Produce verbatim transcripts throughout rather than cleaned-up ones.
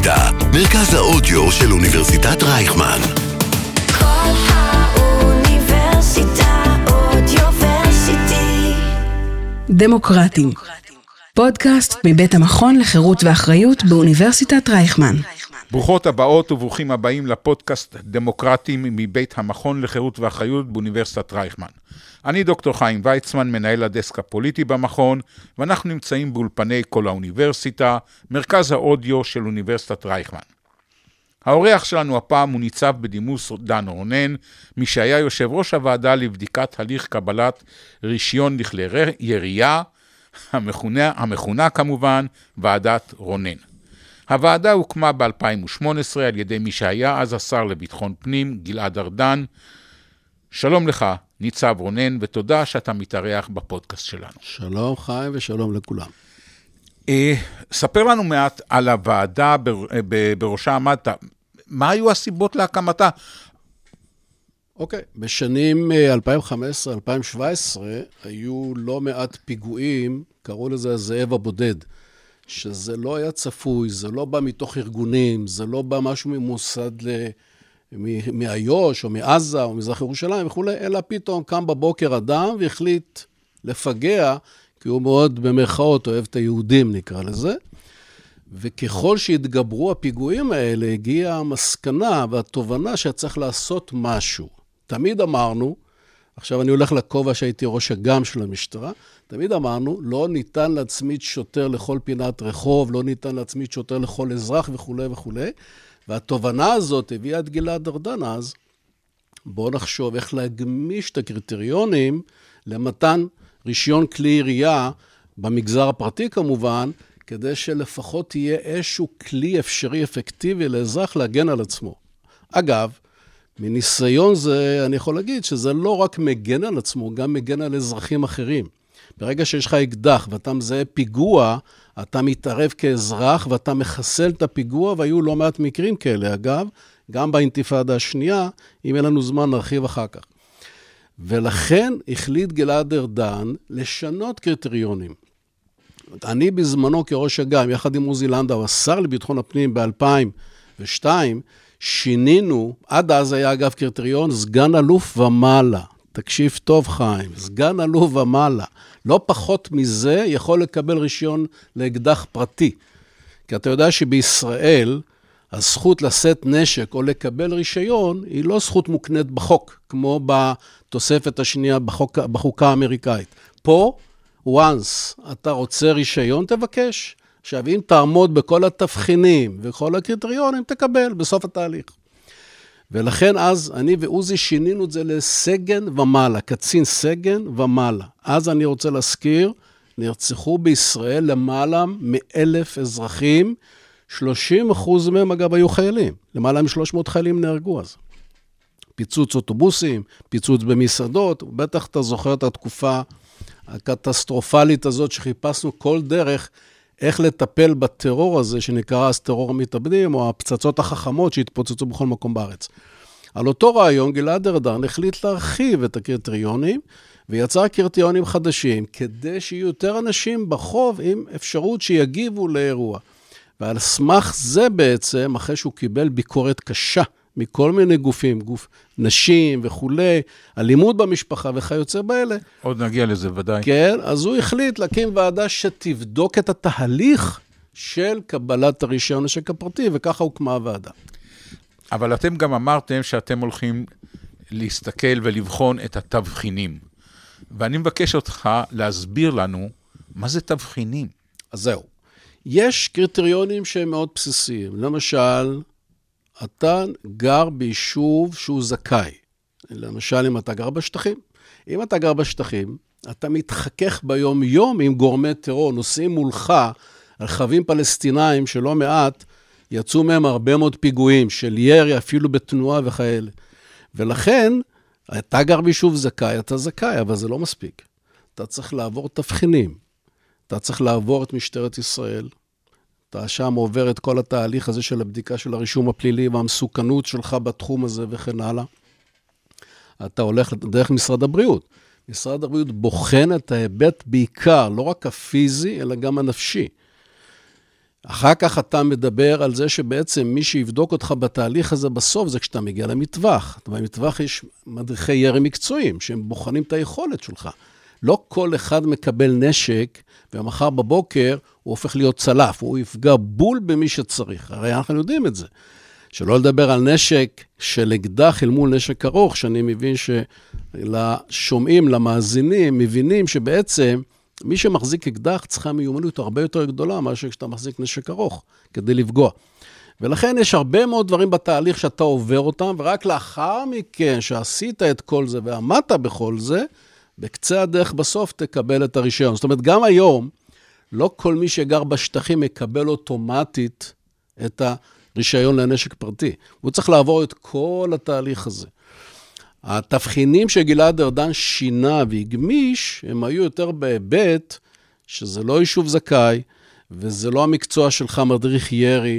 אוניברסיטה, מרכז האודיו של אוניברסיטת רייכמן. כל האוניברסיטה אודיוורסיטי. דמוקרטים. פודקאסט מבית המכון לחירות ואחריות באוניברסיטת רייכמן. ברוכות הבאות וברוכים הבאים לפודקאסט דמוקרטים מבית המכון לחירות ואחריות באוניברסיטת רייכמן. אני דוקטור חיים ויצמן, מנהל הדסק הפוליטי במכון, ואנחנו נמצאים באולפני כל האוניברסיטה, מרכז האודיו של אוניברסיטת רייכמן. האורח שלנו הפעם הוא ניצב בדימוס דן רונן, מי שהיה יושב ראש הוועדה לבדיקת הליך קבלת רישיון לכלי ירייה, המכונה, המכונה כמובן ועדת רונן. הוועדה הוקמה ב-אלפיים ושמונה עשרה על ידי מי שהיה אז השר לביטחון פנים, גלעד ארדן. שלום לך, ניצב רונן, ותודה שאתה מתארח בפודקאסט שלנו. שלום חיים ושלום לכולם. אה, ספר לנו מעט על הוועדה בר, בראשה עמדת. מה היו הסיבות להקמתה? אוקיי, בשנים אלפיים וחמש עשרה אלפיים שבע עשרה היו לא מעט פיגועים, קראו לזה הזאב הבודד, שזה לא היה צפוי, זה לא בא מתוך ארגונים, זה לא בא משהו ממוסד ל... מאיו"ש או מעזה או מזרח ירושלים וכו', אלא פתאום קם בבוקר אדם והחליט לפגע, כי הוא מאוד במרכאות אוהב את היהודים נקרא לזה, וככל שהתגברו הפיגועים האלה, הגיעה המסקנה והתובנה שצריך לעשות משהו. תמיד אמרנו, עכשיו אני הולך לכובע שהייתי ראש אג"ם של המשטרה, תמיד אמרנו, לא ניתן להצמיד שוטר לכל פינת רחוב, לא ניתן להצמיד שוטר לכל אזרח וכו' וכו'. והתובנה הזאת הביאה את גלעד ארדן אז, בואו נחשוב איך להגמיש את הקריטריונים למתן רישיון כלי ירייה, במגזר הפרטי כמובן, כדי שלפחות יהיה איזשהו כלי אפשרי אפקטיבי לאזרח להגן על עצמו. אגב, מניסיון זה אני יכול להגיד שזה לא רק מגן על עצמו, גם מגן על אזרחים אחרים. ברגע שיש לך אקדח ואתה מזהה פיגוע, אתה מתערב כאזרח ואתה מחסל את הפיגוע, והיו לא מעט מקרים כאלה. אגב, גם באינתיפאדה השנייה, אם אין לנו זמן נרחיב אחר כך. ולכן החליט גלעד ארדן לשנות קריטריונים. אני בזמנו כראש אג"ם, יחד עם עוזי לנדאו, השר לביטחון הפנים ב-אלפיים ושתיים, שינינו, עד אז היה אגב קריטריון, סגן אלוף ומעלה. תקשיב טוב חיים, סגן אלוף ומעלה. לא פחות מזה יכול לקבל רישיון לאקדח פרטי. כי אתה יודע שבישראל, הזכות לשאת נשק או לקבל רישיון, היא לא זכות מוקנית בחוק, כמו בתוספת השנייה בחוק, בחוקה האמריקאית. פה, once אתה רוצה רישיון, תבקש. עכשיו, אם תעמוד בכל התבחינים וכל הקריטריונים, תקבל בסוף התהליך. ולכן אז אני ועוזי שינינו את זה לסגן ומעלה, קצין סגן ומעלה. אז אני רוצה להזכיר, נרצחו בישראל למעלה מאלף אזרחים, שלושים אחוז מהם אגב היו חיילים, למעלה מ-שלוש מאות חיילים נהרגו אז. פיצוץ אוטובוסים, פיצוץ במסעדות, בטח אתה זוכר את התקופה הקטסטרופלית הזאת שחיפשנו כל דרך, איך לטפל בטרור הזה שנקרא אז טרור המתאבדים, או הפצצות החכמות שהתפוצצו בכל מקום בארץ. על אותו רעיון גלעד ארדן החליט להרחיב את הקריטריונים, ויצר קריטריונים חדשים, כדי שיהיו יותר אנשים בחוב עם אפשרות שיגיבו לאירוע. ועל סמך זה בעצם, אחרי שהוא קיבל ביקורת קשה, מכל מיני גופים, גוף נשים וכולי, אלימות במשפחה וכיוצא באלה. עוד נגיע לזה ודאי. כן, אז הוא החליט להקים ועדה שתבדוק את התהליך של קבלת הרישיון נשק הפרטי, וככה הוקמה הוועדה. אבל אתם גם אמרתם שאתם הולכים להסתכל ולבחון את התבחינים. ואני מבקש אותך להסביר לנו מה זה תבחינים. אז זהו. יש קריטריונים שהם מאוד בסיסיים. למשל, אתה גר ביישוב שהוא זכאי. למשל, אם אתה גר בשטחים. אם אתה גר בשטחים, אתה מתחכך ביום יום עם גורמי טרור, נוסעים מולך רכבים פלסטינאים שלא מעט, יצאו מהם הרבה מאוד פיגועים של ירי, אפילו בתנועה וכאלה. ולכן, אתה גר ביישוב זכאי, אתה זכאי, אבל זה לא מספיק. אתה צריך לעבור תבחינים. אתה צריך לעבור את משטרת ישראל. אתה שם עובר את כל התהליך הזה של הבדיקה של הרישום הפלילי והמסוכנות שלך בתחום הזה וכן הלאה. אתה הולך דרך משרד הבריאות. משרד הבריאות בוחן את ההיבט בעיקר, לא רק הפיזי, אלא גם הנפשי. אחר כך אתה מדבר על זה שבעצם מי שיבדוק אותך בתהליך הזה בסוף, זה כשאתה מגיע למטווח. במטווח יש מדריכי ירי מקצועיים, שהם בוחנים את היכולת שלך. לא כל אחד מקבל נשק, ומחר בבוקר הוא הופך להיות צלף, הוא יפגע בול במי שצריך. הרי אנחנו יודעים את זה. שלא לדבר על נשק של אקדח אל מול נשק ארוך, שאני מבין שלשומעים, למאזינים, מבינים שבעצם מי שמחזיק אקדח צריכה מיומנות הרבה יותר גדולה מאשר כשאתה מחזיק נשק ארוך, כדי לפגוע. ולכן יש הרבה מאוד דברים בתהליך שאתה עובר אותם, ורק לאחר מכן שעשית את כל זה ועמדת בכל זה, בקצה הדרך בסוף תקבל את הרישיון. זאת אומרת, גם היום, לא כל מי שגר בשטחים מקבל אוטומטית את הרישיון לנשק פרטי. הוא צריך לעבור את כל התהליך הזה. התבחינים שגלעד ארדן שינה והגמיש, הם היו יותר בהיבט שזה לא יישוב זכאי, וזה לא המקצוע שלך מדריך ירי,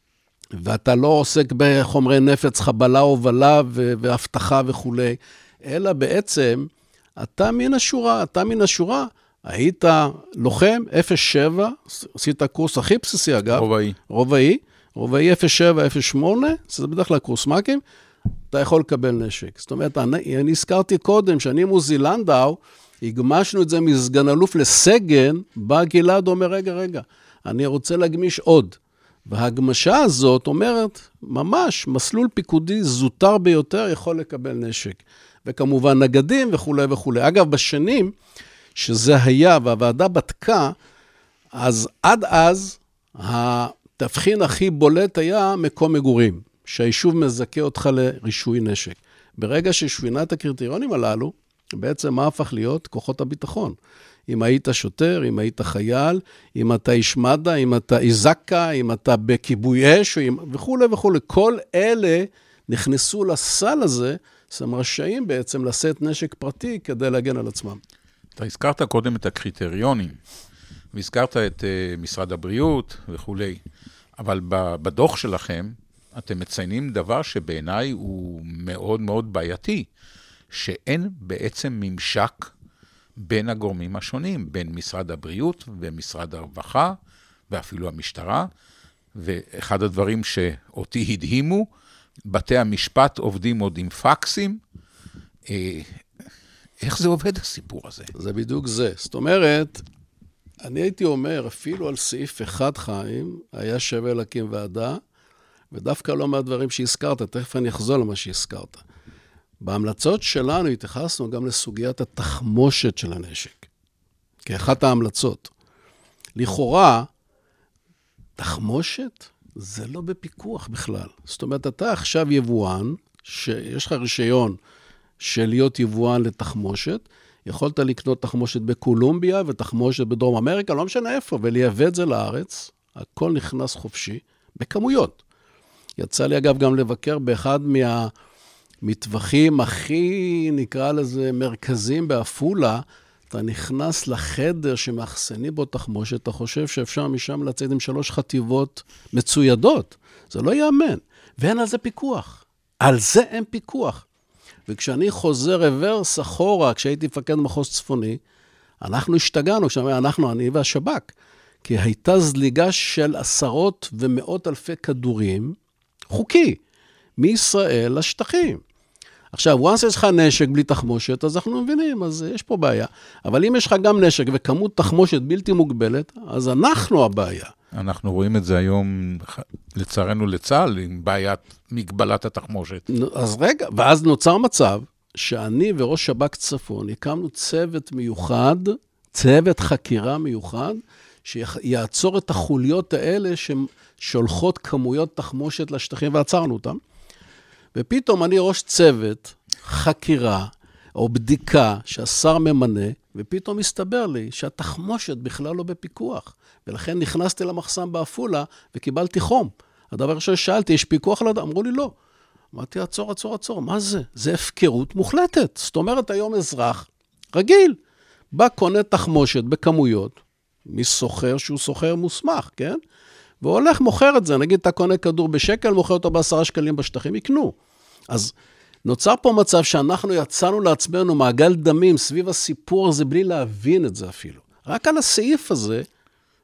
ואתה לא עוסק בחומרי נפץ, חבלה הובלה והבטחה וכו', אלא בעצם אתה מן השורה, אתה מן השורה, היית לוחם אפס שבע, עשית קורס הכי בסיסי אגב, רובעי. רובעי, רובעי אפס שבע אפס שמונה, זה בדרך כלל קורס מקים, אתה יכול לקבל נשק. זאת אומרת, אני, אני הזכרתי קודם, שאני מוזי לנדאו, הגמשנו את זה מסגן אלוף לסגן, בא גלעד אומר, רגע, רגע, אני רוצה להגמיש עוד. וההגמשה הזאת אומרת, ממש, מסלול פיקודי זוטר ביותר יכול לקבל נשק. וכמובן נגדים וכו' וכו'. אגב, בשנים שזה היה והוועדה בדקה, אז עד אז התבחין הכי בולט היה מקום מגורים, שהיישוב מזכה אותך לרישוי נשק. ברגע ששווינה את הקריטריונים הללו, בעצם מה הפך להיות? כוחות הביטחון. אם היית שוטר, אם היית חייל, אם אתה איש מד"א, אם אתה איזקה, אם אתה בכיבוי אש וכו' וכו'. כל אלה נכנסו לסל הזה, שהם רשאים בעצם לשאת נשק פרטי כדי להגן על עצמם. אתה הזכרת קודם את הקריטריונים, והזכרת את uh, משרד הבריאות וכו'. אבל בדוח שלכם, אתם מציינים דבר שבעיניי הוא מאוד מאוד בעייתי, שאין בעצם ממשק בין הגורמים השונים, בין משרד הבריאות ומשרד הרווחה, ואפילו המשטרה, ואחד הדברים שאותי הדהימו, בתי המשפט עובדים עוד עם פקסים, איך זה עובד הסיפור הזה? זה בדיוק זה. זאת אומרת, אני הייתי אומר, אפילו על סעיף אחד חיים, היה שווה להקים ועדה, ודווקא לא מהדברים שהזכרת, תכף אני אחזור למה שהזכרת. בהמלצות שלנו התייחסנו גם לסוגיית התחמושת של הנשק, כאחת ההמלצות. לכאורה, תחמושת זה לא בפיקוח בכלל. זאת אומרת, אתה עכשיו יבואן, שיש לך רישיון של להיות יבואן לתחמושת, יכולת לקנות תחמושת בקולומביה ותחמושת בדרום אמריקה, לא משנה איפה, ולייבא את זה לארץ, הכל נכנס חופשי, בכמויות. יצא לי אגב גם לבקר באחד מהמטווחים הכי, נקרא לזה, מרכזיים באפולה, אתה נכנס לחדר שמאחסנים בו תחמושת, אתה חושב שאפשר משם לצאת עם שלוש חטיבות מצוידות. זה לא יאמן. ואין על זה פיקוח. על זה אין פיקוח. וכשאני חוזר רוורס אחורה, כשהייתי מפקד מחוז צפוני, אנחנו השתגענו, כשאמר, אנחנו, אני והשב"כ, כי הייתה זליגה של עשרות ומאות אלפי כדורים, חוקי, מישראל לשטחים. עכשיו, once יש לך נשק בלי תחמושת, אז אנחנו מבינים, אז יש פה בעיה. אבל אם יש לך גם נשק וכמות תחמושת בלתי מוגבלת, אז אנחנו הבעיה. אנחנו רואים את זה היום, לצערנו לצה"ל, עם בעיית מגבלת התחמושת. אז רגע, ואז נוצר מצב, שאני וראש שב"כ צפון, הקמנו צוות מיוחד, צוות חקירה מיוחד, שיעצור את החוליות האלה, ששולחות כמויות תחמושת לשטחים, ועצרנו אותם. ופתאום אני ראש צוות, חקירה, או בדיקה שהשר ממנה, ופתאום הסתבר לי שהתחמושת בכלל לא בפיקוח. ולכן נכנסתי למחסם באפולה וקיבלתי חום. הדבר הראשון ששאלתי, יש פיקוח על אדם? אמרו לי לא. אמרתי, עצור, עצור, עצור, מה זה? זה הפקרות מוחלטת. זאת אומרת, היום אזרח רגיל, בא קונה תחמושת בכמויות, מסוחר שהוא סוחר מוסמך, כן? והוא הולך, מוכר את זה. נגיד, אתה קונה כדור בשקל, מוכר אותו בעשרה שקלים בשטחים, יקנו. אז נוצר פה מצב שאנחנו יצאנו לעצמנו מעגל דמים סביב הסיפור הזה, בלי להבין את זה אפילו. רק על הסעיף הזה,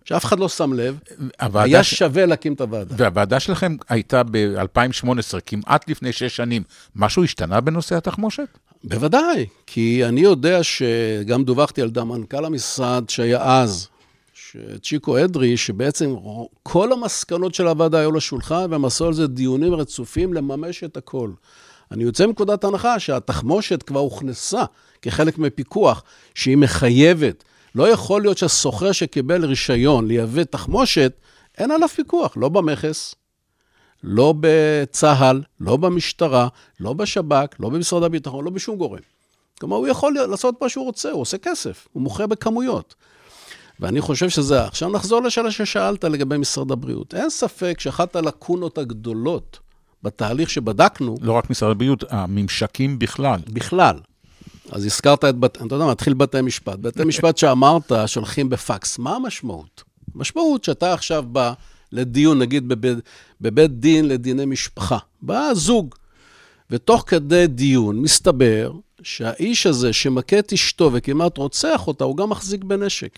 שאף אחד לא שם לב, הוועדה היה ש... שווה להקים את הוועדה. והוועדה שלכם הייתה ב-אלפיים שמונה עשרה, כמעט לפני שש שנים. משהו השתנה בנושא התחמושת? בוודאי, כי אני יודע שגם דווחתי על דה מנכ"ל המשרד שהיה אז, צ'יקו אדרי, שבעצם כל המסקנות של הוועדה היו לשולחן, והם עשו על זה דיונים רצופים לממש את הכל. אני יוצא מנקודת הנחה שהתחמושת כבר הוכנסה כחלק מפיקוח, שהיא מחייבת. לא יכול להיות שהסוחר שקיבל רישיון לייבא תחמושת, אין עליו פיקוח, לא במכס, לא בצהל, לא במשטרה, לא בשב"כ, לא במשרד הביטחון, לא בשום גורם. כלומר, הוא יכול לעשות מה שהוא רוצה, הוא עושה כסף, הוא מוכר בכמויות. ואני חושב שזה, עכשיו נחזור לשאלה ששאלת לגבי משרד הבריאות. אין ספק שאחת הלקונות הגדולות בתהליך שבדקנו... לא רק משרד הבריאות, הממשקים בכלל. בכלל. אז הזכרת את, בת... אתה יודע מה, התחיל בתי משפט. בתי משפט שאמרת שולחים בפקס. מה המשמעות? המשמעות שאתה עכשיו בא לדיון, נגיד בבית, בבית דין לדיני משפחה. בא זוג. ותוך כדי דיון מסתבר שהאיש הזה שמכה את אשתו וכמעט רוצח אותה, הוא גם מחזיק בנשק.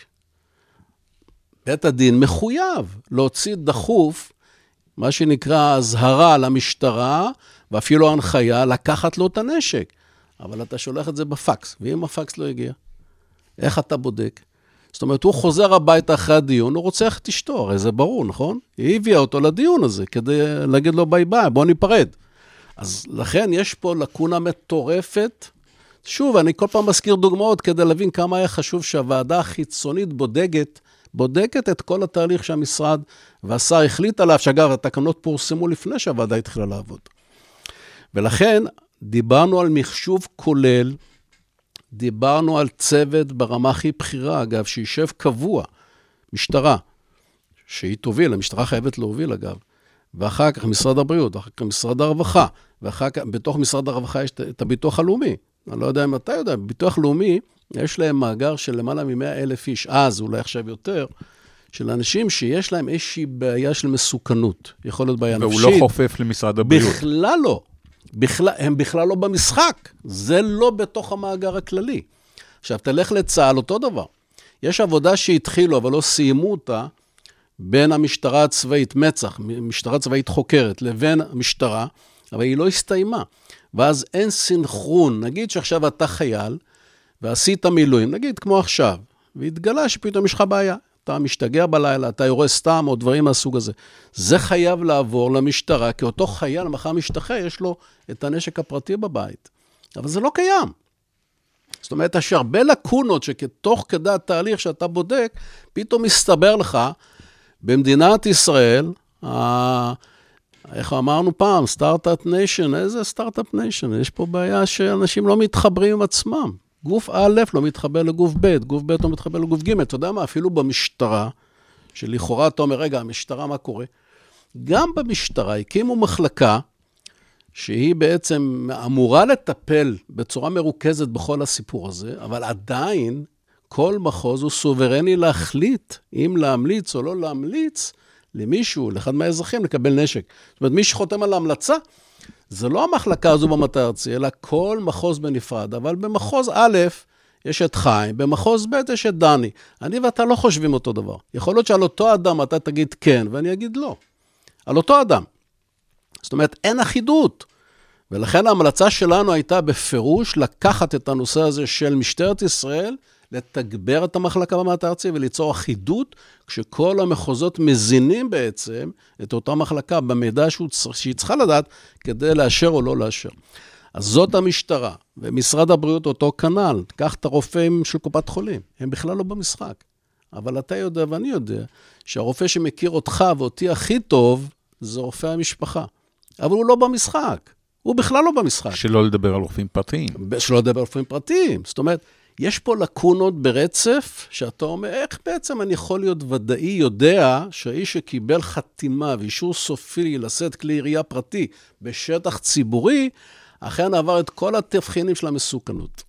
בית הדין מחויב להוציא דחוף, מה שנקרא הזהרה למשטרה, ואפילו הנחיה לקחת לו את הנשק. אבל אתה שולח את זה בפקס, ואם הפקס לא הגיע, איך אתה בודק? זאת אומרת, הוא חוזר הביתה אחרי הדיון, הוא רוצח את אשתו, הרי זה ברור, נכון? היא הביאה אותו לדיון הזה, כדי להגיד לו ביי ביי, בוא ניפרד. אז לכן יש פה לקונה מטורפת. שוב, אני כל פעם מזכיר דוגמאות, כדי להבין כמה היה חשוב שהוועדה החיצונית בודקת, בודקת את כל התהליך שהמשרד והשר החליט עליו, שאגב, התקנות פורסמו לפני שהוועדה התחילה לעבוד. ולכן, דיברנו על מחשוב כולל, דיברנו על צוות ברמה הכי בחירה, אגב, שישב קבוע, משטרה, שהיא תוביל, המשטרה חייבת להוביל, אגב, ואחר כך משרד הבריאות, אחר כך משרד הרווחה, ואחר כך, בתוך משרד הרווחה יש את הביטוח הלאומי. אני לא יודע אם אתה יודע, בביטוח לאומי, יש להם מאגר של למעלה מ-מאה אלף איש, אז אולי עכשיו יותר, של אנשים שיש להם איזושהי בעיה של מסוכנות, יכול להיות בעיה נפשית. והוא לא חופף למשרד הבריאות. בכלל לא. בכלל, הם בכלל לא במשחק. זה לא בתוך המאגר הכללי. עכשיו, תלך לצה"ל, אותו דבר. יש עבודה שהתחילו, אבל לא סיימו אותה, בין המשטרה הצבאית, מצ"ח, משטרה צבאית חוקרת, לבין המשטרה, אבל היא לא הסתיימה. ואז אין סינכרון. נגיד שעכשיו אתה חייל, ועשית מילואים, נגיד כמו עכשיו, והתגלה שפתאום יש לך בעיה. אתה משתגע בלילה, אתה יורה סתם או דברים מהסוג הזה. זה חייב לעבור למשטרה, כי אותו חייל מחר משתחרר, יש לו את הנשק הפרטי בבית. אבל זה לא קיים. זאת אומרת, יש הרבה לקונות שכתוך כדי התהליך שאתה בודק, פתאום מסתבר לך, במדינת ישראל, ה... איך אמרנו פעם, סטארט-אפ ניישן, איזה סטארט-אפ ניישן? יש פה בעיה שאנשים לא מתחברים עם עצמם. גוף א' לא מתחבר לגוף ב', גוף ב' לא מתחבר לגוף ג', אתה יודע מה? אפילו במשטרה, שלכאורה אתה אומר, רגע, המשטרה מה קורה? גם במשטרה הקימו מחלקה, שהיא בעצם אמורה לטפל בצורה מרוכזת בכל הסיפור הזה, אבל עדיין כל מחוז הוא סוברני להחליט, אם להמליץ או לא להמליץ, למישהו, לאחד מהאזרחים, לקבל נשק. זאת אומרת, מי שחותם על ההמלצה, זה לא המחלקה הזו במטה הארצי, אלא כל מחוז בנפרד, אבל במחוז א' יש את חיים, במחוז ב' יש את דני. אני ואתה לא חושבים אותו דבר. יכול להיות שעל אותו אדם אתה תגיד כן, ואני אגיד לא. על אותו אדם. זאת אומרת, אין אחידות. ולכן ההמלצה שלנו הייתה בפירוש לקחת את הנושא הזה של משטרת ישראל, לתגבר את המחלקה במטה הארצי וליצור אחידות, כשכל המחוזות מזינים בעצם את אותה מחלקה במידע שהיא צריכה לדעת, כדי לאשר או לא לאשר. אז זאת המשטרה, ומשרד הבריאות אותו כנ"ל, קח את הרופאים של קופת חולים, הם בכלל לא במשחק. אבל אתה יודע ואני יודע, שהרופא שמכיר אותך ואותי הכי טוב, זה רופא המשפחה. אבל הוא לא במשחק, הוא בכלל לא במשחק. שלא לדבר על רופאים פרטיים. שלא לדבר על רופאים פרטיים, זאת אומרת, יש פה לקונות ברצף, שאתה אומר, איך בעצם אני יכול להיות ודאי יודע, שהאיש שקיבל חתימה ואישור סופי לשאת כלי ירייה פרטי בשטח ציבורי, אכן עבר את כל התבחינים של המסוכנות.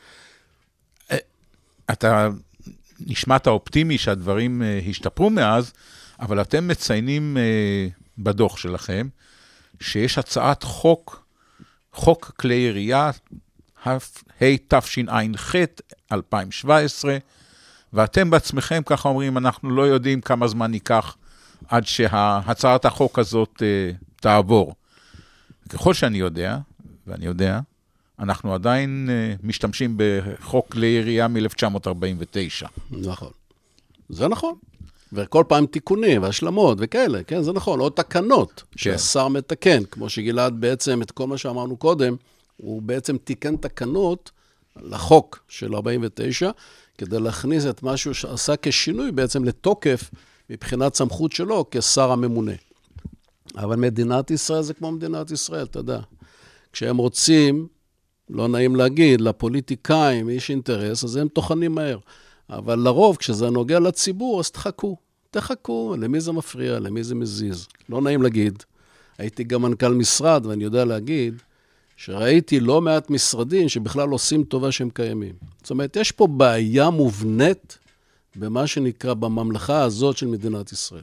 אתה נשמעת אופטימי שהדברים השתפרו מאז, אבל אתם מציינים בדוח שלכם, שיש הצעת חוק, חוק כלי ירייה, התשע"ח אלפיים שבע עשרה, ואתם בעצמכם ככה אומרים, אנחנו לא יודעים כמה זמן ייקח עד שהצעת החוק הזאת uh, תעבור. ככל שאני יודע, ואני יודע, אנחנו עדיין uh, משתמשים בחוק כלי ירייה מ-אלף תשע מאות ארבעים ותשע. נכון. זה נכון. וכל פעם תיקונים והשלמות וכאלה, כן, זה נכון. עוד תקנות שהשר מתקן, כמו שגלעד בעצם את כל מה שאמרנו קודם, הוא בעצם תיקן תקנות לחוק של ארבעים ותשע, כדי להכניס את משהו שעשה כשינוי בעצם לתוקף, מבחינת סמכות שלו כשר הממונה. אבל מדינת ישראל זה כמו מדינת ישראל, אתה יודע. כשהם רוצים, לא נעים להגיד, לפוליטיקאים יש אינטרס, אז הם תוכנים מהר. אבל לרוב, כשזה נוגע לציבור, אז תחכו. תחכו, למי זה מפריע, למי זה מזיז. לא נעים להגיד. הייתי גם מנכ"ל משרד, ואני יודע להגיד, שראיתי לא מעט משרדים שבכלל עושים טובה שהם קיימים. זאת אומרת, יש פה בעיה מובנית במה שנקרא בממלכה הזאת של מדינת ישראל.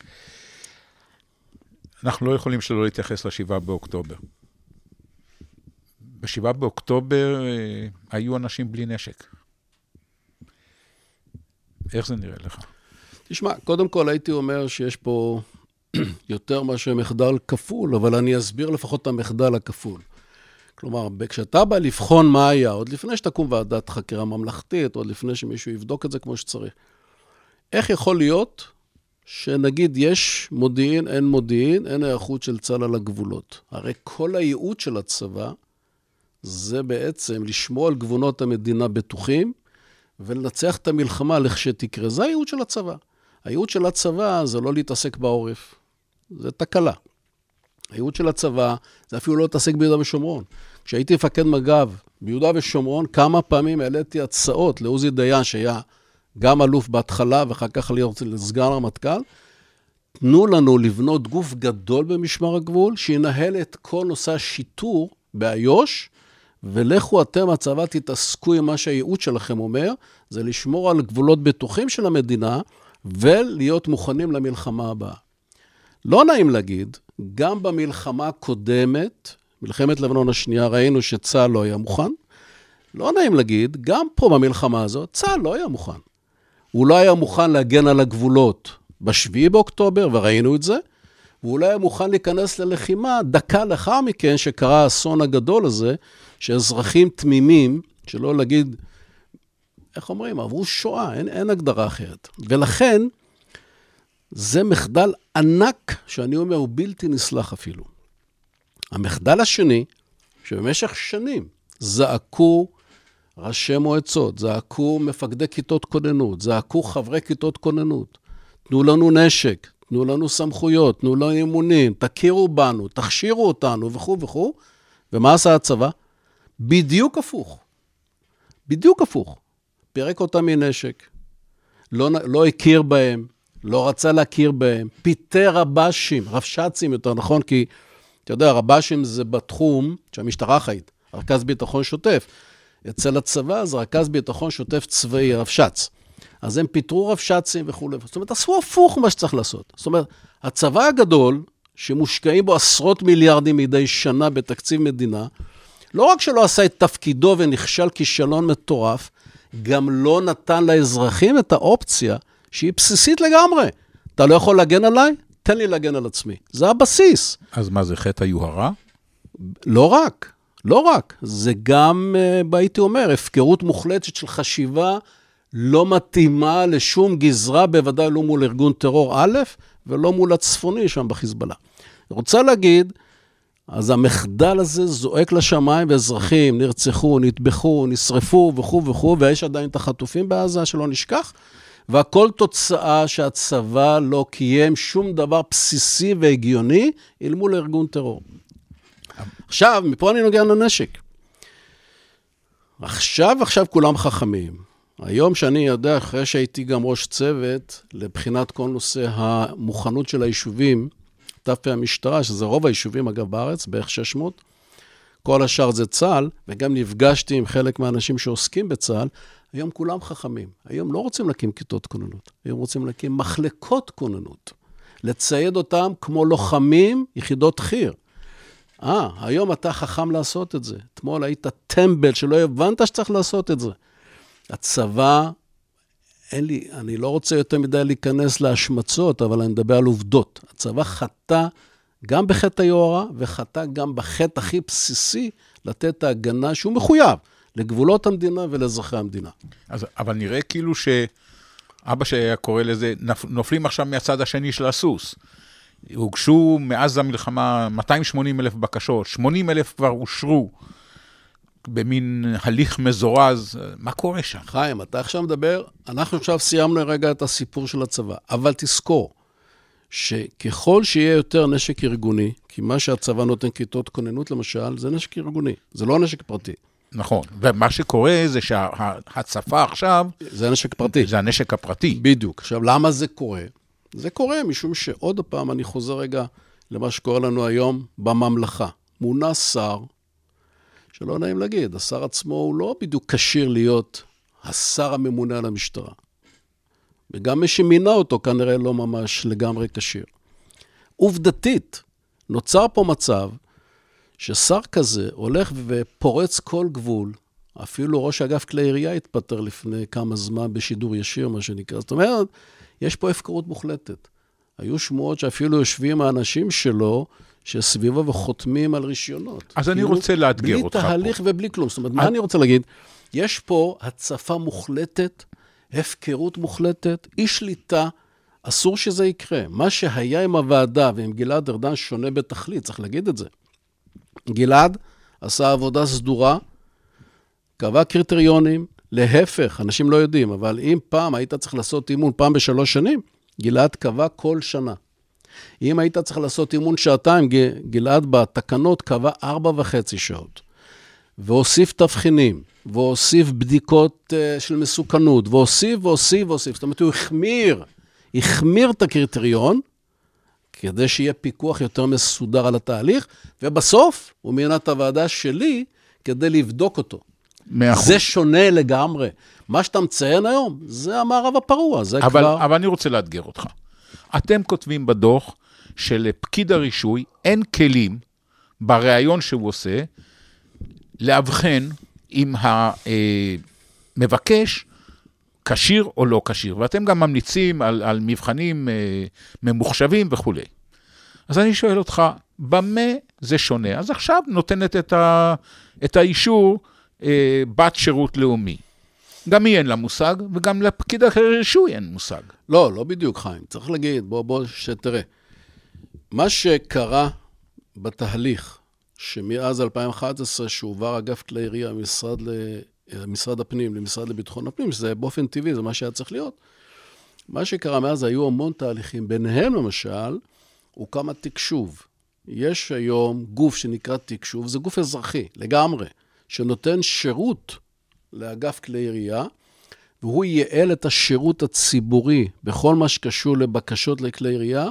אנחנו לא יכולים שלא להתייחס לשבעה באוקטובר. בשבעה באוקטובר אה, היו אנשים בלי נשק. איך זה נראה לך? תשמע, קודם כל הייתי אומר שיש פה יותר מאשר מחדל כפול, אבל אני אסביר לפחות את המחדל הכפול. כלומר, כשאתה בא לבחון מה היה, עוד לפני שתקום ועדת חקירה ממלכתית, עוד לפני שמישהו יבדוק את זה כמו שצריך, איך יכול להיות שנגיד יש מודיעין, אין מודיעין, אין היערכות של צה"ל על הגבולות? הרי כל הייעוד של הצבא זה בעצם לשמור על גבולות המדינה בטוחים, ולנצח את המלחמה לכשתקרה. זה הייעוד של הצבא. הייעוד של הצבא זה לא להתעסק בעורף. זה תקלה. הייעוד של הצבא זה אפילו לא להתעסק ביהודה ושומרון. כשהייתי מפקד מג"ב ביהודה ושומרון, כמה פעמים העליתי הצעות לעוזי דיין, שהיה גם אלוף בהתחלה, ואחר כך להיות לסגן הרמטכ"ל, תנו לנו לבנות גוף גדול במשמר הגבול, שינהל את כל נושא השיטור באיו"ש, ולכו אתם, הצבא, תתעסקו עם מה שהייעוד שלכם אומר, זה לשמור על גבולות בטוחים של המדינה, ולהיות מוכנים למלחמה הבאה. לא נעים להגיד, גם במלחמה הקודמת, מלחמת לבנון השנייה, ראינו שצה"ל לא היה מוכן. לא נעים להגיד, גם פה במלחמה הזאת, צה"ל לא היה מוכן. הוא לא היה מוכן להגן על הגבולות בשביעי באוקטובר, וראינו את זה, והוא לא היה מוכן להיכנס ללחימה דקה לאחר מכן, שקרה האסון הגדול הזה, שאזרחים תמימים, שלא להגיד, איך אומרים, עברו שואה, אין, אין הגדרה אחרת. ולכן, זה מחדל ענק, שאני אומר, הוא בלתי נסלח אפילו. המחדל השני, שבמשך שנים זעקו ראשי מועצות, זעקו מפקדי כיתות כוננות, זעקו חברי כיתות כוננות, תנו לנו נשק, תנו לנו סמכויות, תנו לנו אימונים, תכירו בנו, תכשירו אותנו וכו' וכו'. ומה עשה הצבא? בדיוק הפוך. בדיוק הפוך. פירק אותם מנשק, לא, לא הכיר בהם, לא רצה להכיר בהם, פיטר רב"שים, רבש"צים יותר נכון, כי אתה יודע, רב"שים זה בתחום שהמשטרה חית, רכז ביטחון שוטף. אצל הצבא זה רכז ביטחון שוטף צבאי, רבש"ץ. אז הם פיטרו רבש"צים וכו'. זאת אומרת, עשו הפוך מה שצריך לעשות. זאת אומרת, הצבא הגדול, שמושקעים בו עשרות מיליארדים מדי שנה בתקציב מדינה, לא רק שלא עשה את תפקידו ונכשל כישלון מטורף, גם לא נתן לאזרחים את האופציה שהיא בסיסית לגמרי. אתה לא יכול להגן עליי? תן לי להגן על עצמי. זה הבסיס. אז מה זה, חטא היוהרה? לא רק, לא רק. זה גם, הייתי אומר, הפקרות מוחלטת של חשיבה לא מתאימה לשום גזרה, בוודאי לא מול ארגון טרור א', ולא מול הצפוני שם בחיזבאללה. אני רוצה להגיד, אז המחדל הזה זועק לשמיים, ואזרחים נרצחו, נטבחו, נשרפו וכו' וכו', ויש עדיין את החטופים בעזה שלא נשכח, והכל תוצאה שהצבא לא קיים שום דבר בסיסי והגיוני, אל מול ארגון טרור. עכשיו, מפה אני נוגע לנשק. עכשיו, עכשיו כולם חכמים. היום שאני יודע, אחרי שהייתי גם ראש צוות, לבחינת כל נושא המוכנות של היישובים, ת"פ המשטרה, שזה רוב היישובים אגב בארץ, בערך שש מאות, כל השאר זה צה"ל, וגם נפגשתי עם חלק מהאנשים שעוסקים בצה"ל, היום כולם חכמים. היום לא רוצים להקים כיתות כוננות, היום רוצים להקים מחלקות כוננות, לצייד אותם כמו לוחמים, יחידות חיר. אה, היום אתה חכם לעשות את זה. אתמול היית טמבל שלא הבנת שצריך לעשות את זה. הצבא, אין לי, אני לא רוצה יותר מדי להיכנס להשמצות, אבל אני מדבר על עובדות. הצבא חטא גם בחטא היוהרה, וחטא גם בחטא הכי בסיסי, לתת ההגנה שהוא מחויב לגבולות המדינה ולאזרחי המדינה. אז, אבל נראה כאילו שאבא שהיה קורא לזה, נופלים עכשיו מהצד השני של הסוס. הוגשו מאז המלחמה מאתיים ושמונים אלף בקשות, שמונים אלף כבר אושרו, במין הליך מזורז. מה קורה שם? חיים, אתה עכשיו מדבר, אנחנו עכשיו סיימנו רגע את הסיפור של הצבא, אבל תזכור, שככל שיהיה יותר נשק ארגוני, כי מה שהצבא נותן כיתות כוננות למשל, זה נשק ארגוני, זה לא נשק פרטי. נכון, ומה שקורה זה שהצפה עכשיו, זה נשק פרטי. זה הנשק הפרטי. בדיוק. עכשיו, למה זה קורה? זה קורה משום שעוד פעם אני חוזר רגע למה שקורה לנו היום בממלכה. מונה שר, שלא נעים להגיד, השר עצמו הוא לא בדיוק כשיר להיות השר הממונה על המשטרה. וגם מי שמינה אותו כנראה לא ממש לגמרי כשיר. עובדתית, נוצר פה מצב ששר כזה הולך ופורץ כל גבול, אפילו ראש אגף כלי עירייה התפטר לפני כמה זמן בשידור ישיר, מה שנקרא. זאת אומרת, יש פה הפקרות מוחלטת. היו שמועות שאפילו יושבים האנשים שלו, שסביבו וחותמים על רישיונות. אז אני רוצה לאתגר אותך פה. בלי תהליך ובלי כלום. זאת אומרת, מה אני רוצה להגיד? יש פה הצפה מוחלטת, הפקרות מוחלטת, אי שליטה, אסור שזה יקרה. מה שהיה עם הוועדה ועם גלעד ארדן שונה בתכלית, צריך להגיד את זה. גלעד עשה עבודה סדורה, קבע קריטריונים, להפך, אנשים לא יודעים, אבל אם פעם היית צריך לעשות אימון פעם בשלוש שנים, גלעד קבע כל שנה. אם היית צריך לעשות אימון שעתיים, גלעד בתקנות קבע ארבע וחצי שעות. והוסיף תבחינים, והוסיף בדיקות uh, של מסוכנות, והוסיף והוסיף והוסיף. זאת אומרת, הוא החמיר, החמיר את הקריטריון, כדי שיהיה פיקוח יותר מסודר על התהליך, ובסוף הוא מינה את הוועדה שלי, כדי לבדוק אותו. מאחור. זה שונה לגמרי. מה שאתה מציין היום, זה המערב הפרוע, זה אבל, כבר... אבל אני רוצה לאתגר אותך. אתם כותבים בדוח שלפקיד הרישוי אין כלים בריאיון שהוא עושה, להבחן אם המבקש כשיר או לא כשיר, ואתם גם ממליצים על, על מבחנים ממוחשבים וכו'. אז אני שואל אותך, במה זה שונה? אז עכשיו נותנת את, ה, את האישור בת שירות לאומי. גם היא אין לה מושג, וגם לפקיד הרישוי אין מושג. לא, לא בדיוק, חיים. צריך להגיד, בוא, בוא, שתראה. מה שקרה בתהליך, שמאז אלפיים ואחת עשרה שעובר אגף כלי עירייה ממשרד, למשרד הפנים, למשרד לביטחון הפנים, שזה באופן טבעי, זה מה שהיה צריך להיות. מה שקרה מאז, היו המון תהליכים. ביניהם, למשל, הוקם התקשוב. יש היום גוף שנקרא תקשוב, זה גוף אזרחי, לגמרי, שנותן שירות לאגף כלי עירייה, והוא ייעל את השירות הציבורי בכל מה שקשור לבקשות לכלי עירייה,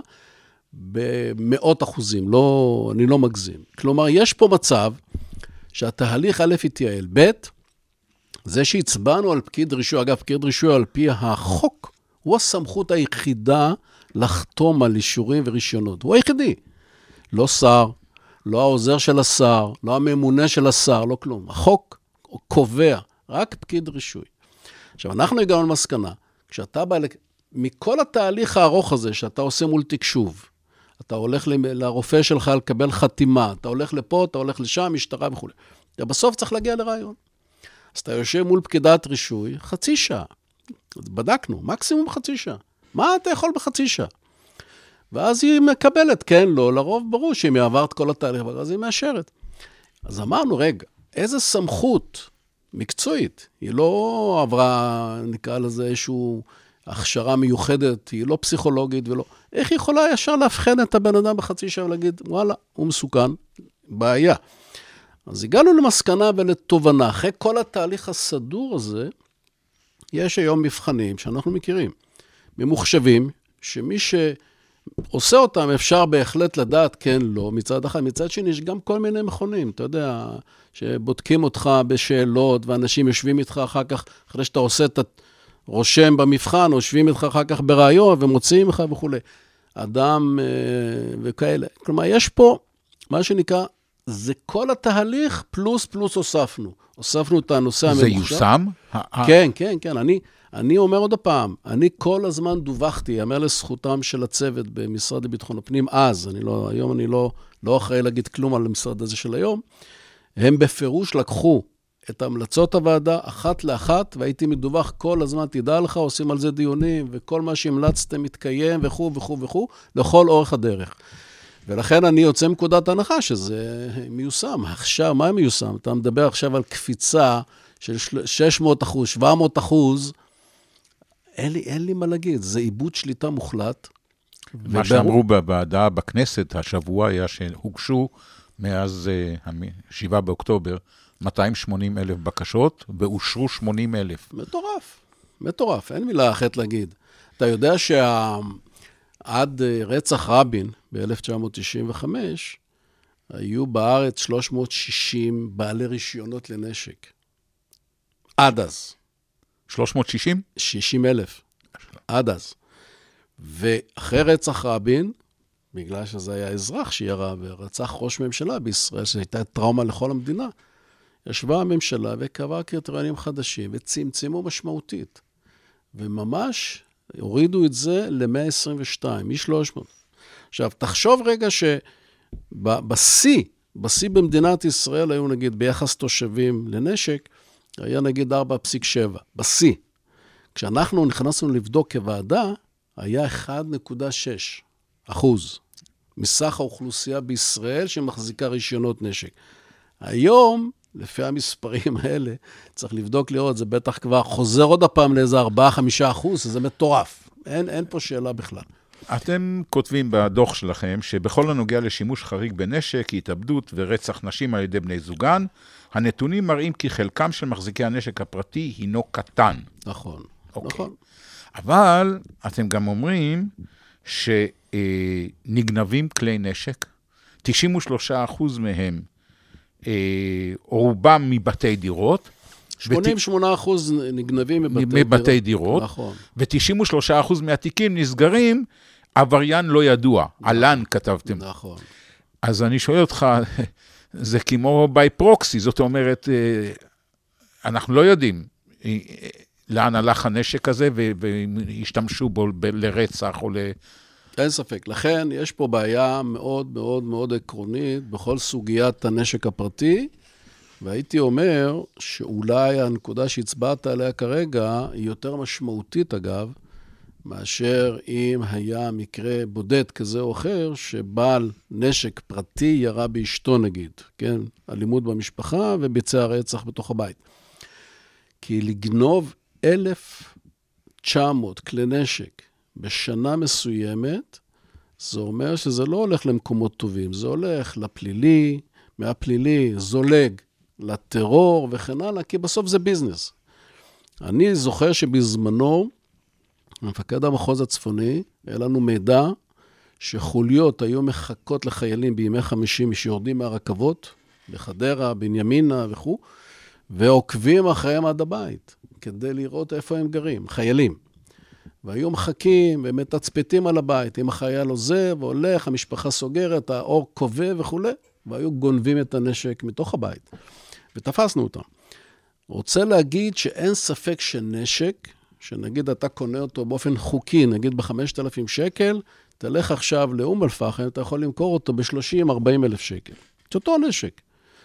במאות אחוזים, לא, אני לא מגזים. כלומר, יש פה מצב שהתהליך א' יתייעל. ב', זה שהצבענו על פקיד רישוי, אגב, פקיד רישוי על פי החוק, הוא הסמכות היחידה לחתום על אישורים ורישיונות. הוא היחידי. לא שר, לא העוזר של השר, לא הממונה של השר, לא כלום. החוק קובע, רק פקיד רישוי. עכשיו, אנחנו הגענו למסקנה, כשאתה בא, מכל התהליך הארוך הזה שאתה עושה מול תקשוב, אתה הולך לרופא שלך לקבל חתימה, אתה הולך לפה, אתה הולך לשם, משטרה וכו'. בסוף צריך להגיע לרעיון. אז אתה יושב מול פקידת רישוי, חצי שעה. בדקנו, מקסימום חצי שעה. מה אתה יכול בחצי שעה? ואז היא מקבלת, כן, לא, לרוב ברור שאם היא עברת כל התהליך, אז היא מאשרת. אז אמרנו, רגע, איזה סמכות מקצועית? היא לא עברה, נקרא לזה איזשהו הכשרה מיוחדת, היא לא פסיכולוגית ולא... איך היא יכולה ישר להבחן את הבן אדם בחצי שעה ולהגיד, וואלה, הוא מסוכן, בעיה. אז הגענו למסקנה ולתובנה. אחרי כל התהליך הסדור הזה, יש היום מבחנים שאנחנו מכירים. ממוחשבים, שמי שעושה אותם אפשר בהחלט לדעת כן, לא, מצד אחד. מצד שני, יש גם כל מיני מכונים, אתה יודע, שבודקים אותך בשאלות, ואנשים יושבים איתך אחר כך, אחרי שאתה עושה את הרושם במבחן, או יושבים איתך אחר כך ברעיון, ומוציאים לך וכו'. אדם וכאלה. כלומר, יש פה, מה שנקרא, זה כל התהליך, פלוס פלוס הוספנו. הוספנו את הנושא הממוחשב. זה יושם? כן, כן, כן. אני, אני אומר עוד הפעם, אני כל הזמן דווחתי, יאמר לזכותם של הצוות במשרד לביטחון הפנים, אז, אני לא, היום אני לא, לא אחראי להגיד כלום על המשרד הזה של היום, הם בפירוש לקחו את המלצות הוועדה אחת לאחת, והייתי מדווח כל הזמן, תדע לך, עושים על זה דיונים, וכל מה שהמלצתם מתקיים, וכו' וכו' וכו', לכל אורך הדרך. ולכן אני יוצא מנקודת הנחה שזה מיושם. עכשיו, מה מיושם? אתה מדבר עכשיו על קפיצה של שש מאות אחוז, שבע מאות אחוז, אין לי, אין לי מה להגיד, זה איבוד שליטה מוחלט. מה שאמרו בוועדה בכנסת השבוע היה שהוגשו מאז שבעה באוקטובר מאתיים ושמונים אלף בקשות, ואושרו שמונים אלף. מטורף, מטורף, אין מילה אחת להגיד. אתה יודע שעד רצח רבין ב-אלף תשע מאות תשעים וחמש, היו בארץ שלוש מאות ושישים בעלי רישיונות לנשק. עד אז. שלוש מאות ושישים? שישים אלף. עד אז. ואחרי רצח רבין, בגלל שזה היה אזרח שירה ורצח ראש ממשלה בישראל, שהייתה טראומה לכל המדינה, ישבה הממשלה וקבעה קריטריונים חדשים וצמצמו משמעותית. וממש הורידו את זה ל-מאה עשרים ושתיים, מ-שלוש מאות. עכשיו, תחשוב רגע שבשיא, בשיא במדינת ישראל היו נגיד ביחס תושבים לנשק, היה נגיד ארבע נקודה שבע, בשיא. כשאנחנו נכנסנו לבדוק כוועדה, היה אחד נקודה שש אחוז מסך האוכלוסייה בישראל שמחזיקה רישיונות נשק. היום, לפי המספרים האלה, צריך לבדוק לראות, זה בטח כבר חוזר עוד הפעם לאיזה ארבע חמישה אחוז, זה מטורף. אין, אין פה שאלה בכלל. אתם כותבים בדוח שלכם שבכל הנוגע לשימוש חריג בנשק, התאבדות ורצח נשים על ידי בני זוגן, הנתונים מראים כי חלקם של מחזיקי הנשק הפרטי הינו קטן. נכון, אוקיי. נכון. אבל אתם גם אומרים שנגנבים כלי נשק, תשעים ושלושה אחוז מהם, או רובם מבתי דירות, שמונים ושמונה אחוז נגנבים מבתי, מבתי דירות, נכון. ו-תשעים ושלושה אחוז מהתיקים נסגרים, עבריין לא ידוע, עלן כתבתם. נכון. אז אני שואל אותך, זה כמו ביי פרוקסי, זאת אומרת, אנחנו לא יודעים לאן הלך הנשק הזה, והשתמשו בו לרצח או ל... אין ספק. לכן יש פה בעיה מאוד מאוד מאוד עקרונית בכל סוגיית הנשק הפרטי, והייתי אומר שאולי הנקודה שהצבעת עליה כרגע היא יותר משמעותית אגב, מאשר אם היה מקרה בודד כזה או אחר, שבעל נשק פרטי ירה באשתו נגיד, כן? אלימות במשפחה וביצע רצח בתוך הבית. כי לגנוב אלף תשע מאות כלי נשק בשנה מסוימת, זה אומר שזה לא הולך למקומות טובים, זה הולך לפלילי, מהפלילי זולג לטרור וכן הלאה, כי בסוף זה ביזנס. אני זוכר שבזמנו, מפקד המחוז הצפוני, היה לנו מידע שחוליות היו מחכות לחיילים בימי חמישים שיורדים מהרכבות, בחדרה, בנימינה וכו', ועוקבים אחריהם עד הבית, כדי לראות איפה הם גרים, חיילים. והיו מחכים ומתצפתים על הבית, אם החייל עוזב, הולך, המשפחה סוגרת, האור קובע וכו', והיו גונבים את הנשק מתוך הבית. ותפסנו אותם. רוצה להגיד שאין ספק שנשק, שנגיד אתה קונה אותו באופן חוקי, נגיד ב-חמשת אלפים שקל, תלך עכשיו לאום אל-פחם, אתה יכול למכור אותו ב-שלושים ארבעים אלף שקל. את אותו נשק.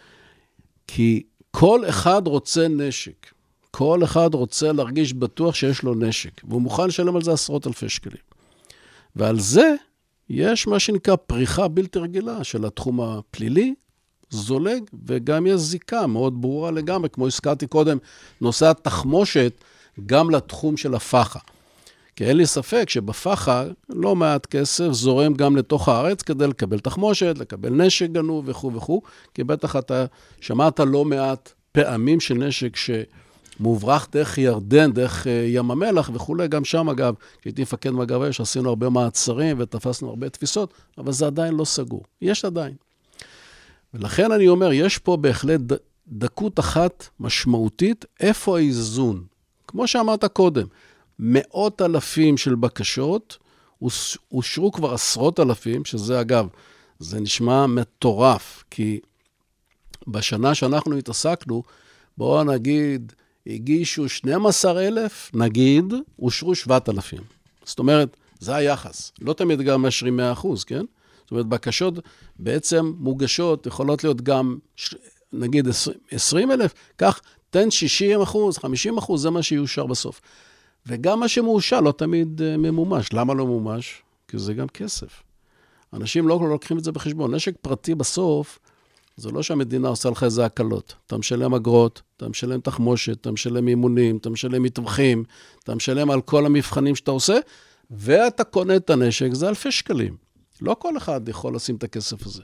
כי כל אחד רוצה נשק. כל אחד רוצה להרגיש בטוח שיש לו נשק, והוא מוכן לשלם על זה עשרות אלפי שקלים. ועל זה יש מה שנקרא פריחה בלתי רגילה של התחום הפלילי, זולג, וגם יש זיקה מאוד ברורה לגמרי, כמו הזכרתי קודם, נושא התחמושת גם לתחום של הפחה. כי אין לי ספק שבפחה לא מעט כסף זורם גם לתוך הארץ כדי לקבל תחמושת, לקבל נשק גנוב וכו' וכו', כי בטח אתה שמעת לא מעט פעמים של נשק שמוברח דרך ירדן, דרך ים המלח וכו', גם שם אגב, כשהייתי מפקד מג"ב אש, עשינו הרבה מעצרים ותפסנו הרבה תפיסות, אבל זה עדיין לא סגור. יש עדיין. ולכן אני אומר, יש פה בהחלט דקות אחת משמעותית, איפה האיזון? כמו שאמרת קודם, מאות אלפים של בקשות, אושרו כבר עשרות אלפים, שזה אגב, זה נשמע מטורף, כי בשנה שאנחנו התעסקנו, בואו נגיד, הגישו שנים עשר אלף, נגיד, אושרו שבעת אלפים. זאת אומרת, זה היחס. לא תמיד גם מאשרים מאה אחוז, כן? זאת אומרת, בקשות בעצם מוגשות, יכולות להיות גם, נגיד, עשרים אלף, כך, תן שישים אחוז, חמישים אחוז, זה מה שיושר בסוף. וגם מה שמאושר לא תמיד ממומש. למה לא ממומש? כי זה גם כסף. אנשים לא לוקחים את זה בחשבון. נשק פרטי בסוף, זה לא שהמדינה עושה לך איזה הקלות. אתה משלם אגרות, אתה משלם תחמושת, אתה משלם אימונים, אתה משלם מטווחים, אתה משלם על כל המבחנים שאתה עושה, ואתה קונה את הנשק, זה אלפי שקלים. לא כל אחד יכול לשים את הכסף הזה.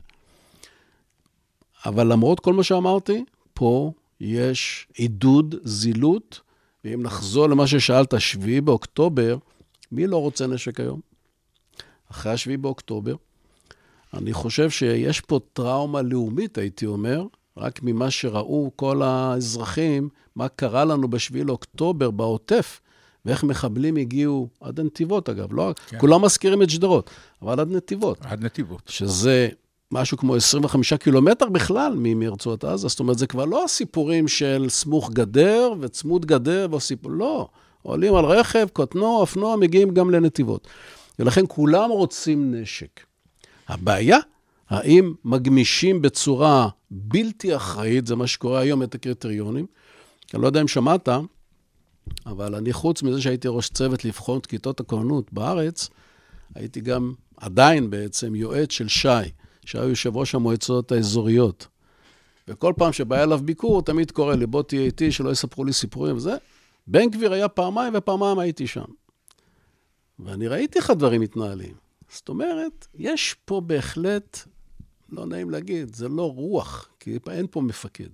אבל למרות כל מה שאמרתי, פה יש עידוד, זילות, ואם נחזור למה ששאלת, שביעי באוקטובר, מי לא רוצה נשק היום? אחרי השביעי באוקטובר, אני חושב שיש פה טראומה לאומית, הייתי אומר, רק ממה שראו כל האזרחים, מה קרה לנו בשביעי לאוקטובר בעוטף, ואיך מחבלים הגיעו עד נתיבות, אגב. לא, כן. כולם מזכירים את שדרות, אבל עד נתיבות. עד נתיבות. שזה משהו כמו עשרים וחמישה קילומטר בכלל מרצועת עזה. זאת אומרת, זה כבר לא הסיפורים של סמוך גדר וצמוד גדר, וסיפור, לא. עולים על רכב, קוטנוע, אופנוע, מגיעים גם לנתיבות. ולכן כולם רוצים נשק. הבעיה, האם מגמישים בצורה בלתי אחראית, זה מה שקורה היום את הקריטריונים. אני לא יודע אם שמעת, אבל אני חוץ מזה שהייתי ראש צוות לבחון את כיתות הכוננות בארץ, הייתי גם עדיין בעצם יועץ של שי, שהיה יושב ראש המועצות האזוריות. וכל פעם שבא אליו ביקור, הוא תמיד קורא לי, בוא תהיה איתי, שלא יספרו לי סיפורים וזה. בן גביר היה פעמיים ופעמיים הייתי שם. ואני ראיתי איך הדברים מתנהלים. זאת אומרת, יש פה בהחלט, לא נעים להגיד, זה לא רוח, כי אין פה מפקד.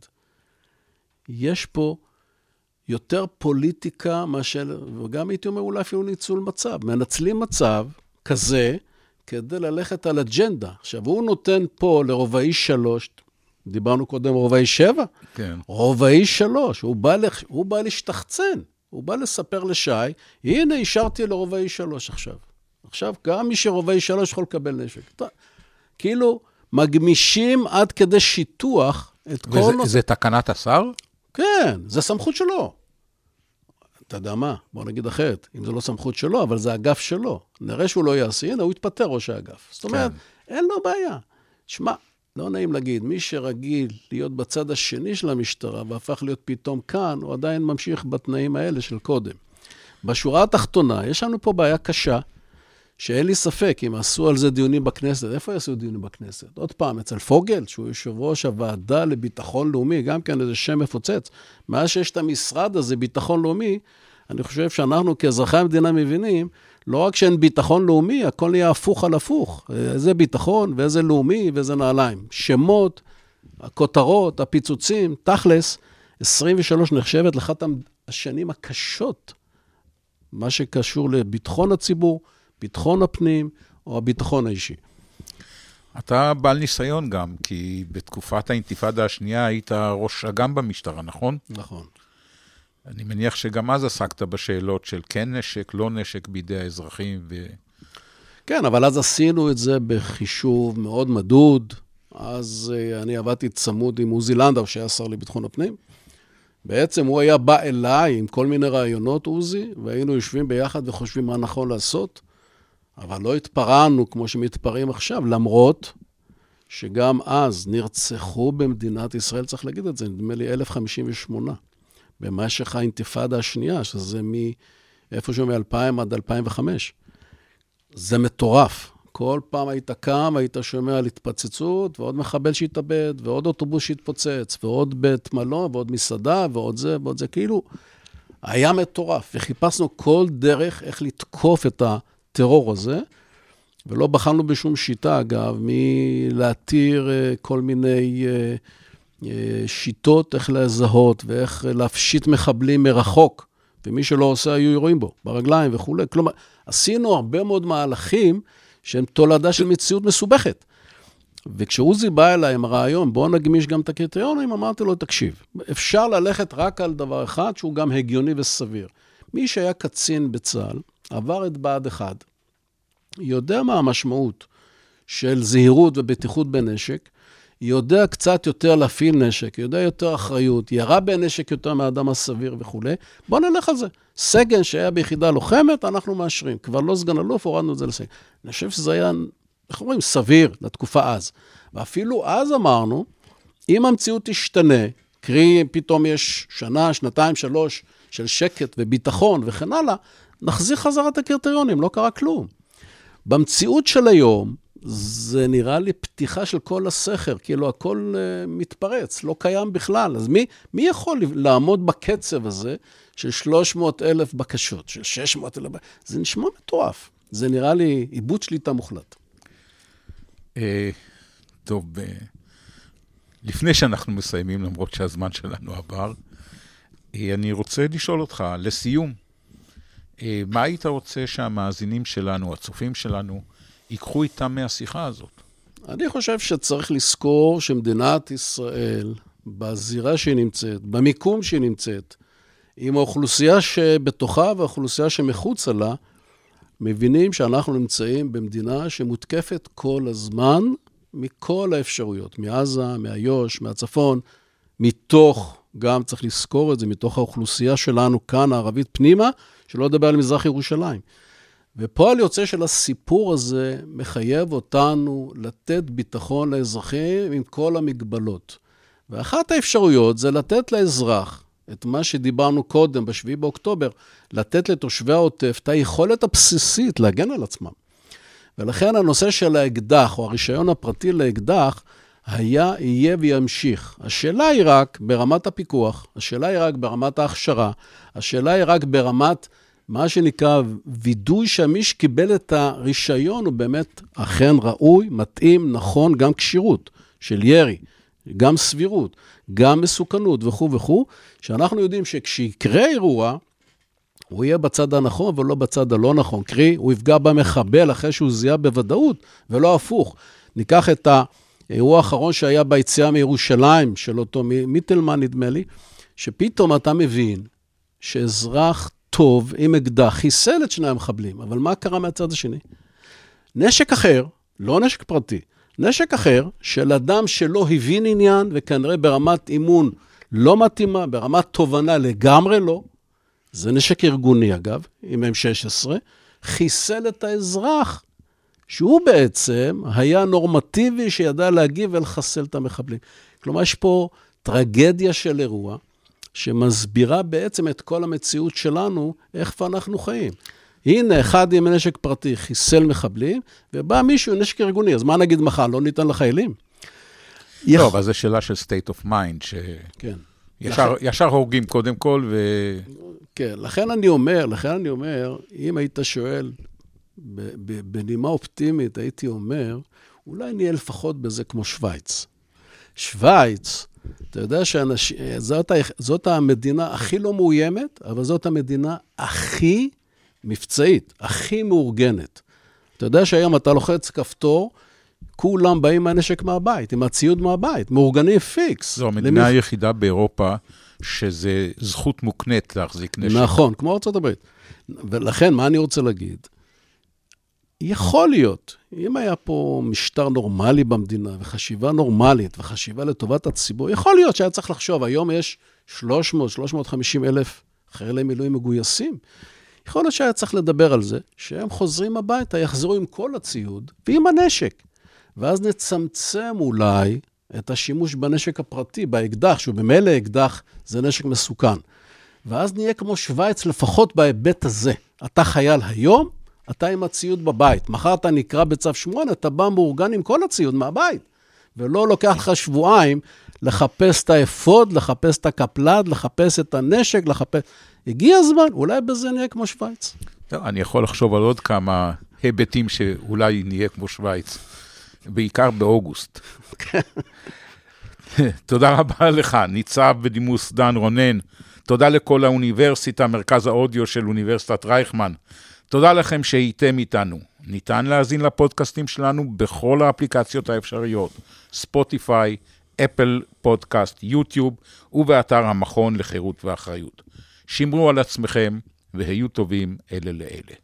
יש פה יותר פוליטיקה, מאשר, וגם הייתי אומר, אולי אפילו ניצול מצב. מנצלים מצב כזה, כדי ללכת על אג'נדה. עכשיו, הוא נותן פה לרובעי שלוש, דיברנו קודם רובעי שבע, כן. רובעי שלוש, הוא בא, לח... הוא בא להשתחצן, הוא בא לספר לשי, הנה, אישרתי לרובעי שלוש עכשיו. עכשיו, גם מי שרובעי שלוש יכול לקבל נשק. אתה... כאילו, מגמישים עד כדי שיתוח את כל... וזה זה תקנת השר? כן, זה סמכות שלו. אתה יודע מה? בוא נגיד אחרת. אם זה לא סמכות שלו, אבל זה אגף שלו. נראה שהוא לא יעשי, הנה, הוא יתפטר ראש האגף. זאת אומרת, כן. אין לו בעיה. שמע, לא נעים להגיד, מי שרגיל להיות בצד השני של המשטרה, והפך להיות פתאום כאן, הוא עדיין ממשיך בתנאים האלה של קודם. בשורה התחתונה, יש לנו פה בעיה קשה, שאין לי ספק, אם עשו על זה דיונים בכנסת, איפה יעשו דיונים בכנסת? עוד פעם, אצל פוגל, שהוא יושב ראש הוועדה לביטחון לאומי, גם כן איזה שם מפוצץ, מאז שיש את המשרד הזה, ביטחון לאומי, אני חושב שאנחנו כאזרחי המדינה מבינים, לא רק שאין ביטחון לאומי, הכל נהיה הפוך על הפוך. איזה ביטחון, ואיזה לאומי, ואיזה נעליים. שמות, הכותרות, הפיצוצים, תכלס, עשרים ושלוש נחשבת לאחת השנים הקשות, מה שקשור לביטחון הציבור, ביטחון הפנים, או הביטחון האישי. אתה בעל ניסיון גם, כי בתקופת האינתיפאדה השנייה היית ראש אג"ם במשטרה, נכון? נכון. אני מניח שגם אז עסקת בשאלות של כן נשק, לא נשק בידי האזרחים. ו... כן, אבל אז עשינו את זה בחישוב מאוד מדוד. אז אני עבדתי צמוד עם עוזי לנדאו, שהיה שר לביטחון הפנים. בעצם הוא היה בא אליי עם כל מיני רעיונות, עוזי, והיינו יושבים ביחד וחושבים מה נכון לעשות. אבל לא התפרענו כמו שמתפרעים עכשיו, למרות שגם אז נרצחו במדינת ישראל, צריך להגיד את זה, נדמה לי אלף חמישים ושמונה. במשך האינתיפאדה השנייה, שזה מאיפשהו מ-אלפיים עד אלפיים וחמש. זה מטורף. כל פעם היית קם, היית שומע על התפצצות, ועוד מחבל שהתאבד, ועוד אוטובוס שהתפוצץ, ועוד בית מלון, ועוד מסעדה, ועוד זה, ועוד זה. כאילו, היה מטורף. וחיפשנו כל דרך איך לתקוף את הטרור הזה, ולא בחרנו בשום שיטה, אגב, מלהתיר כל מיני... שיטות איך לזהות ואיך להפשיט מחבלים מרחוק, ומי שלא עושה היו יורים בו, ברגליים וכו'. כלומר, עשינו הרבה מאוד מהלכים שהם תולדה של מציאות מסובכת. וכשעוזי בא אליי עם הרעיון, בוא נגמיש גם את הקריטריונים, אמרתי לו, תקשיב, אפשר ללכת רק על דבר אחד שהוא גם הגיוני וסביר. מי שהיה קצין בצה"ל, עבר את בעד אחד, יודע מה המשמעות של זהירות ובטיחות בנשק, יודע קצת יותר להפעיל נשק, יודע יותר אחריות, ירה בנשק יותר מהאדם הסביר וכו'. בוא נלך על זה. סגן שהיה ביחידה לוחמת, אנחנו מאשרים. כבר לא סגן אלוף, הורדנו את זה לסגן. אני חושב שזה היה, איך אומרים, סביר לתקופה אז. ואפילו אז אמרנו, אם המציאות תשתנה, קרי פתאום יש שנה, שנתיים, שלוש של שקט וביטחון וכן הלאה, נחזיר חזרת הקריטריונים, לא קרה כלום. במציאות של היום, זה נראה לי פתיחה של כל הסכר, כאילו הכל uh, מתפרץ, לא קיים בכלל. אז מי, מי יכול לעמוד בקצב הזה של שלוש מאות אלף בקשות, של שש מאות אלף? זה נשמע מטורף. זה נראה לי איבוד שליטה מוחלט. אה, טוב, ב... לפני שאנחנו מסיימים, למרות שהזמן שלנו עבר, אה, אני רוצה לשאול אותך, לסיום, אה, מה היית רוצה שהמאזינים שלנו, הצופים שלנו, ייקחו איתם מהשיחה הזאת? אני חושב שצריך לזכור שמדינת ישראל, בזירה שהיא נמצאת, במיקום שהיא נמצאת, עם האוכלוסייה שבתוכה והאוכלוסייה שמחוץ לה, מבינים שאנחנו נמצאים במדינה שמותקפת כל הזמן מכל האפשרויות, מעזה, מהיוש, מהצפון, מתוך, גם צריך לזכור את זה, מתוך האוכלוסייה שלנו כאן, הערבית פנימה, שלא לדבר על מזרח ירושלים. ופועל יוצא של הסיפור הזה מחייב אותנו לתת ביטחון לאזרחים עם כל המגבלות. ואחת האפשרויות זה לתת לאזרח את מה שדיברנו קודם, בשביעי באוקטובר, לתת לתושבי העוטף את היכולת הבסיסית להגן על עצמם. ולכן הנושא של האקדח, או הרישיון הפרטי לאקדח, היה, יהיה וימשיך. השאלה היא רק ברמת הפיקוח, השאלה היא רק ברמת ההכשרה, השאלה היא רק ברמת מה שנקרא וידוי שמי שקיבל את הרישיון הוא באמת אכן ראוי, מתאים, נכון, גם קשירות של ירי, גם סבירות, גם מסוכנות וכו' וכו', שאנחנו יודעים שכשיקרה אירוע, הוא יהיה בצד הנכון ולא בצד הלא נכון. קרי, הוא יפגע במחבל אחרי שהוא זיהה בוודאות, ולא הפוך. ניקח את האירוע האחרון שהיה ביציאה מירושלים, של אותו מיטלמן נדמה לי, שפתאום אתה מבין שאזרח טוב עם אקדח חיסל את שני המחבלים, אבל מה קרה מהצד השני? נשק אחר, לא נשק פרטי, נשק אחר של אדם שלא הבין עניין, וכנראה ברמת אימון לא מתאימה, ברמת תובנה לגמרי לא, זה נשק ארגוני אגב, עם אם שש עשרה, חיסל את האזרח, שהוא בעצם היה נורמטיבי שידע להגיב ולחסל את המחבלים. כלומר, יש פה טרגדיה של אירוע, שמסבירה בעצם את כל המציאות שלנו, איך אנחנו חיים. הנה, אחד עם נשק פרטי חיסל מחבלים, ובא מישהו עם נשק ארגוני, אז מה נגיד מחר? לא ניתן לחיילים? לא, אבל זו שאלה של state of mind, ש... כן. ישר, ישר הורגים קודם כל, ו... כן, לכן אני אומר, לכן אני אומר, אם היית שואל, בנימה אופטימית, הייתי אומר, אולי נהיה לפחות בזה כמו שוויץ. שוויץ, אתה יודע שזאת המדינה הכי לא מאוימת, אבל זאת המדינה הכי מבצעית, הכי מאורגנת. אתה יודע שהיום אתה לוחץ כפתור, כולם באים מהנשק מהבית, עם הציוד מהבית, מאורגני פיקס. זו המדינה למפ... היחידה באירופה, שזה זכות מוקנית להחזיק נשק. נכון, כמו ארצות הברית. ולכן, מה אני רוצה להגיד? יכול להיות, אם היה פה משטר נורמלי במדינה, וחשיבה נורמלית, וחשיבה לטובת הציבור, יכול להיות שהיה צריך לחשוב, היום יש שלוש מאות, שלוש מאות וחמישים אלף חיילי מילואים מגויסים. יכול להיות שהיה צריך לדבר על זה, שהם חוזרים הביתה, יחזרו עם כל הציוד, ועם הנשק. ואז נצמצם אולי את השימוש בנשק הפרטי, באקדח, שהוא במילא אקדח, זה נשק מסוכן. ואז נהיה כמו שוויץ, לפחות בהיבט הזה. אתה חייל היום, אתה עם הציוד בבית. מחר אתה נקרא בצו שמונה, אתה בא מאורגן עם כל הציוד מהבית. ולא לוקח לך שבועיים לחפש את האפוד, לחפש את הקפלד, לחפש את הנשק, לחפש... הגיע הזמן, אולי בזה נהיה כמו שוויץ. אני יכול לחשוב על עוד כמה היבטים שאולי נהיה כמו שוויץ. בעיקר באוגוסט. תודה רבה לך, ניצב בדימוס דן רונן. תודה לכל האוניברסיטה, מרכז האודיו של אוניברסיטת רייכמן. תודה לכם שהייתם איתנו. ניתן להאזין לפודקאסטים שלנו בכל האפליקציות האפשריות, ספוטיפיי, אפל פודקאסט, יוטיוב, ובאתר המכון לחירות ואחריות. שמרו על עצמכם והיו טובים אלה לאלה.